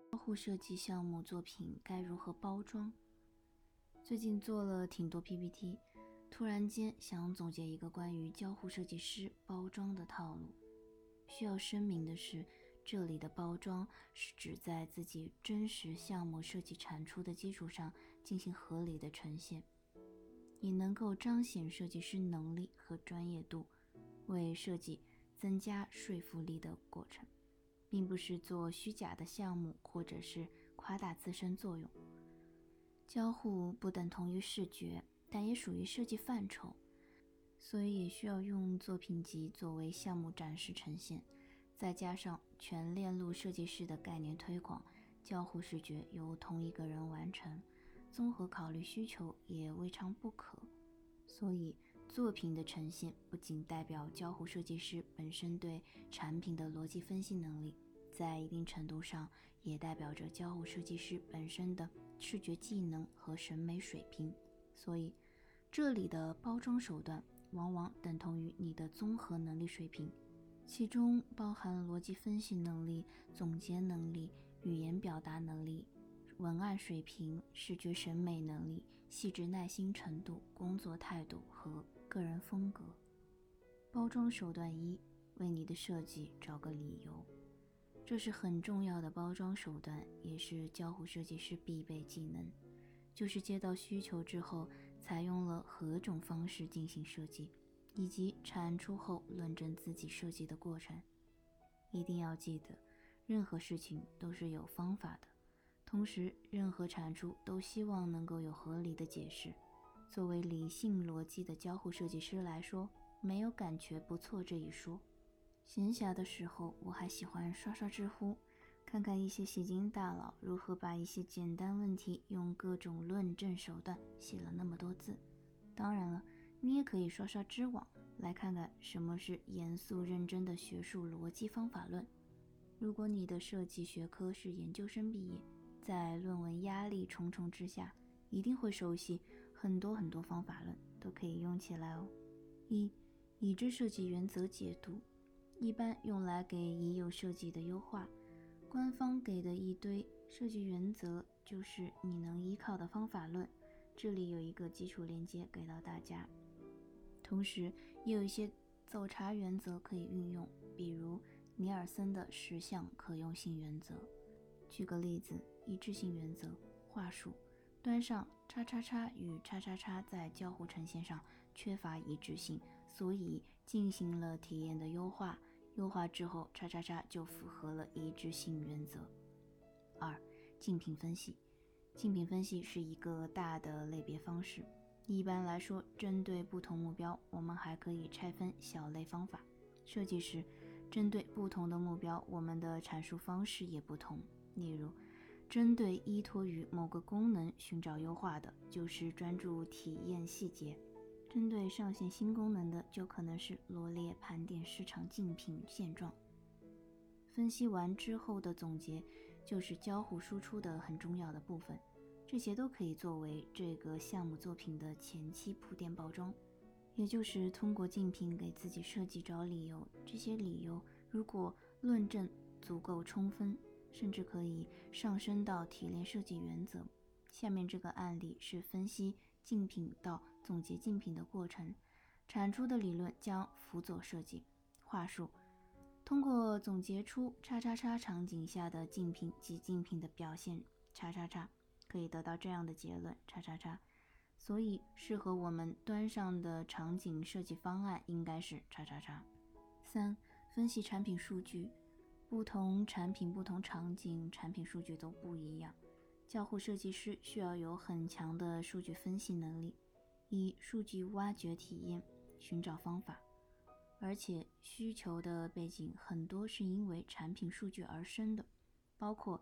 交互设计项目作品该如何包装？最近做了挺多 PPT， 突然间想总结一个关于交互设计师包装的套路。需要声明的是，这里的包装是指在自己真实项目设计产出的基础上进行合理的呈现，以能够彰显设计师能力和专业度，为设计增加说服力的过程，并不是做虚假的项目或者是夸大自身作用。交互不等同于视觉，但也属于设计范畴，所以也需要用作品集作为项目展示呈现，再加上全链路设计师的概念推广，交互视觉由同一个人完成，综合考虑需求也未尝不可。所以作品的呈现不仅代表交互设计师本身对产品的逻辑分析能力，在一定程度上也代表着交互设计师本身的视觉技能和审美水平。所以这里的包装手段往往等同于你的综合能力水平，其中包含逻辑分析能力、总结能力、语言表达能力、文案水平、视觉审美能力、细致耐心程度、工作态度和个人风格。包装手段一，为你的设计找个理由。这是很重要的包装手段，也是交互设计师必备技能，就是接到需求之后，采用了何种方式进行设计，以及产出后论证自己设计的过程。一定要记得，任何事情都是有方法的，同时任何产出都希望能够有合理的解释。作为理性逻辑的交互设计师来说，没有感觉不错这一说。闲暇的时候，我还喜欢刷刷知乎，看看一些戏精大佬如何把一些简单问题用各种论证手段写了那么多字。当然了，你也可以刷刷知网，来看看什么是严肃认真的学术逻辑方法论。如果你的设计学科是研究生毕业，在论文压力重重之下，一定会熟悉很多方法论，都可以用起来哦。一、已知设计原则解读，一般用来给已有设计的优化。官方给的一堆设计原则就是你能依靠的方法论，这里有一个基础链接给到大家。同时也有一些早茶原则可以运用，比如尼尔森的10项可用性原则。举个例子，一致性原则，话术，端上叉叉叉与叉叉叉在交互呈现上缺乏一致性，所以进行了体验的优化，优化之后叉叉叉就符合了一致性原则。2、竞品分析，竞品分析是一个大的类别方式，一般来说针对不同目标，我们还可以拆分小类方法。设计时针对不同的目标，我们的阐述方式也不同。例如，针对依托于某个功能寻找优化的，就是专注体验细节；针对上线新功能的，就可能是罗列盘点市场竞品现状。分析完之后的总结，就是交互输出的很重要的部分，这些都可以作为这个项目作品的前期铺垫包装，也就是通过竞品给自己设计找理由。这些理由如果论证足够充分，甚至可以上升到提炼设计原则。下面这个案例是分析竞品到总结竞品的过程，产出的理论将辅佐设计。话术，通过总结出叉叉叉场景下的竞品及竞品的表现叉叉叉，可以得到这样的结论叉叉叉，所以适合我们端上的场景设计方案应该是叉叉叉。3、分析产品数据，不同产品、不同场景，产品数据都不一样。交互设计师需要有很强的数据分析能力，以数据挖掘体验，寻找方法。而且需求的背景很多是因为产品数据而生的，包括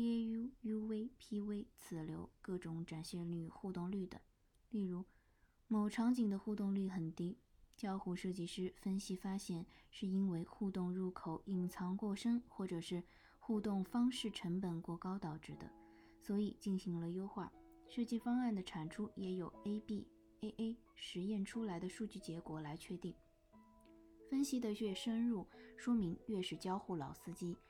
DAU、UV、PV、子流、各种展现率、互动率等。例如，某场景的互动率很低，交互设计师分析发现是因为互动入口隐藏过深，或者是互动方式成本过高导致的，所以进行了优化。设计方案的产出也有 AB、AA 实验出来的数据结果来确定。分析的越深入，说明越是交互老司机，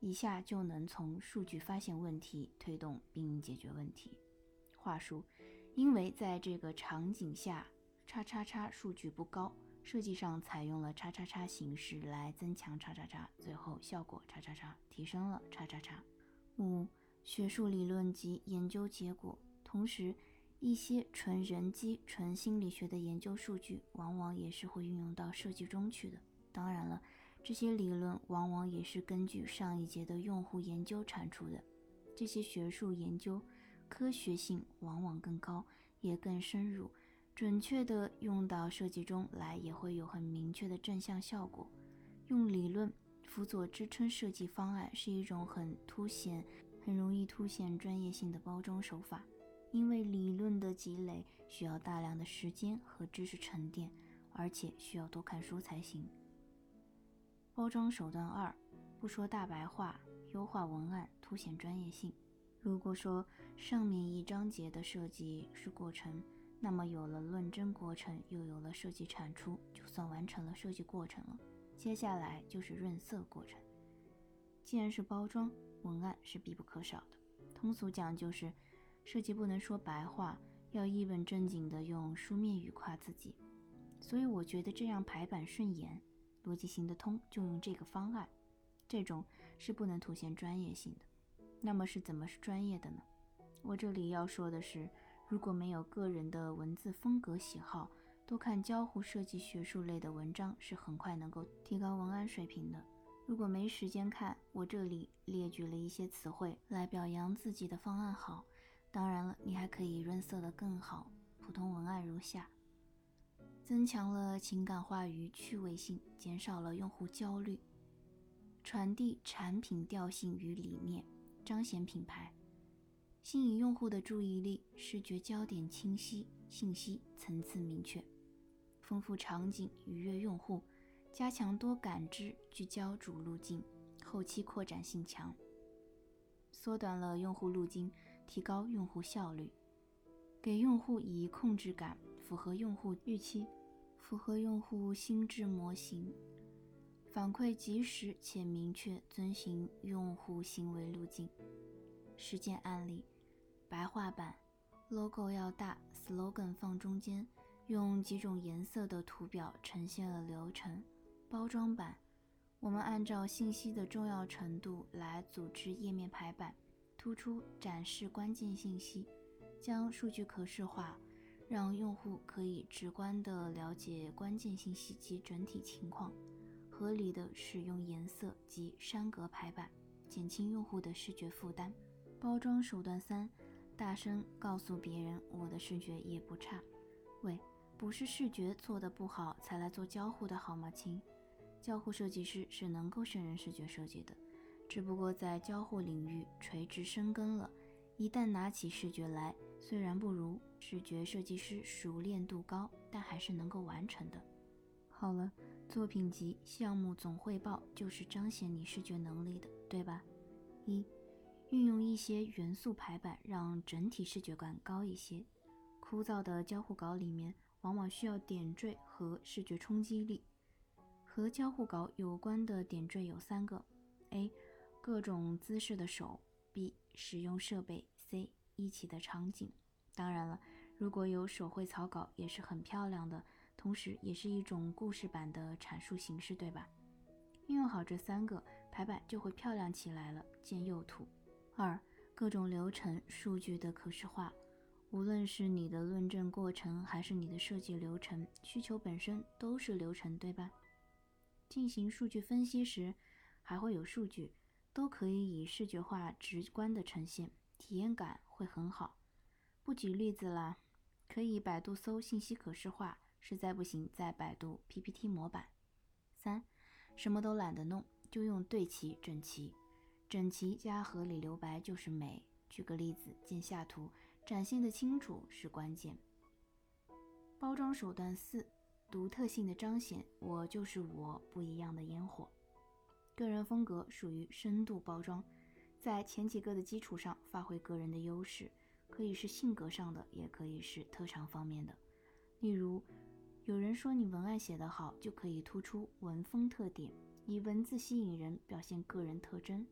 一下就能从数据发现问题，推动并解决问题。话说，因为在这个场景下叉叉叉数据不高，设计上采用了叉叉叉形式来增强叉叉叉，最后效果叉叉叉提升了叉叉叉。5. 学术理论及研究结果。同时，一些纯人机、纯心理学的研究数据往往也是会运用到设计中去的。当然了，这些理论往往也是根据上一节的用户研究产出的。这些学术研究科学性往往更高，也更深入，准确地用到设计中来，也会有很明确的正向效果。用理论辅佐支撑设计方案是一种很容易凸显专业性的包装手法，因为理论的积累需要大量的时间和知识沉淀，而且需要多看书才行。包装手段2，不说大白话，优化文案，凸显专业性。如果说上面一章节的设计是过程，那么有了论证过程，又有了设计产出，就算完成了设计过程了。接下来就是润色过程。既然是包装，文案是必不可少的。通俗讲就是设计不能说白话，要一本正经的用书面语夸自己。所以我觉得这样排版顺眼，逻辑行得通，就用这个方案。这种是不能凸显专业性的。那么是怎么是专业的呢？我这里要说的是，如果没有个人的文字风格喜好，多看交互设计学术类的文章是很快能够提高文案水平的。如果没时间看，我这里列举了一些词汇来表扬自己的方案好。当然了，你还可以润色得更好。普通文案如下：增强了情感话语趣味性，减少了用户焦虑，传递产品调性与理念，彰显品牌，吸引用户的注意力，视觉焦点清晰，信息层次明确，丰富场景，愉悦用户，加强多感知，聚焦主路径，后期扩展性强，缩短了用户路径，提高用户效率，给用户以控制感，符合用户预期，符合用户心智模型，反馈及时且明确，遵循用户行为路径。实践案例：白话版 logo 要大， slogan 放中间，用几种颜色的图表呈现了流程。包装版，我们按照信息的重要程度来组织页面排版，突出展示关键信息，将数据可视化，让用户可以直观地了解关键信息及整体情况，合理的使用颜色及栅格排版，减轻用户的视觉负担。包装手段3，大声告诉别人我的视觉也不差。喂，不是视觉做得不好才来做交互的好吗亲？交互设计师是能够胜任视觉设计的，只不过在交互领域垂直深耕了，一旦拿起视觉来，虽然不如视觉设计师熟练度高，但还是能够完成的。好了，作品集、项目总汇报就是彰显你视觉能力的，对吧？1. 运用一些元素排版，让整体视觉感高一些。枯燥的交互稿里面往往需要点缀和视觉冲击力。和交互稿有关的点缀有3个： A. 各种姿势的手， B. 使用设备， C. 一起的场景。当然了，如果有手绘草稿也是很漂亮的，同时也是一种故事版的阐述形式，对吧？运用好这3个，排版就会漂亮起来了，见右图。2. 各种流程数据的可视化，无论是你的论证过程还是你的设计流程，需求本身都是流程，对吧？进行数据分析时还会有数据，都可以以视觉化直观的呈现，体验感会很好。不举例子啦，可以百度搜信息可视化，实在不行在百度 PPT 模板。3. 什么都懒得弄，就用对齐整齐，整齐加合理留白就是美。举个例子，见下图，展现的清楚是关键。包装手段4，独特性的彰显，我就是我，不一样的烟火。个人风格属于深度包装，在前几个的基础上发挥个人的优势，可以是性格上的，也可以是特长方面的。例如，有人说你文案写得好，就可以突出文风特点，以文字吸引人，表现个人特征。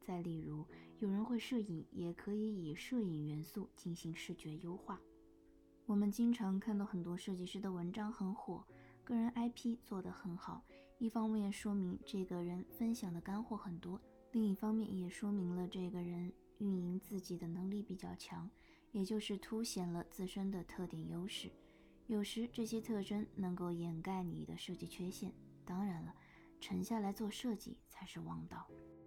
再例如，有人会摄影，也可以以摄影元素进行视觉优化。我们经常看到很多设计师的文章很火，个人 IP 做得很好，一方面说明这个人分享的干货很多，另一方面也说明了这个人运营自己的能力比较强，也就是凸显了自身的特点优势。有时这些特征能够掩盖你的设计缺陷，当然了，沉下来做设计才是王道。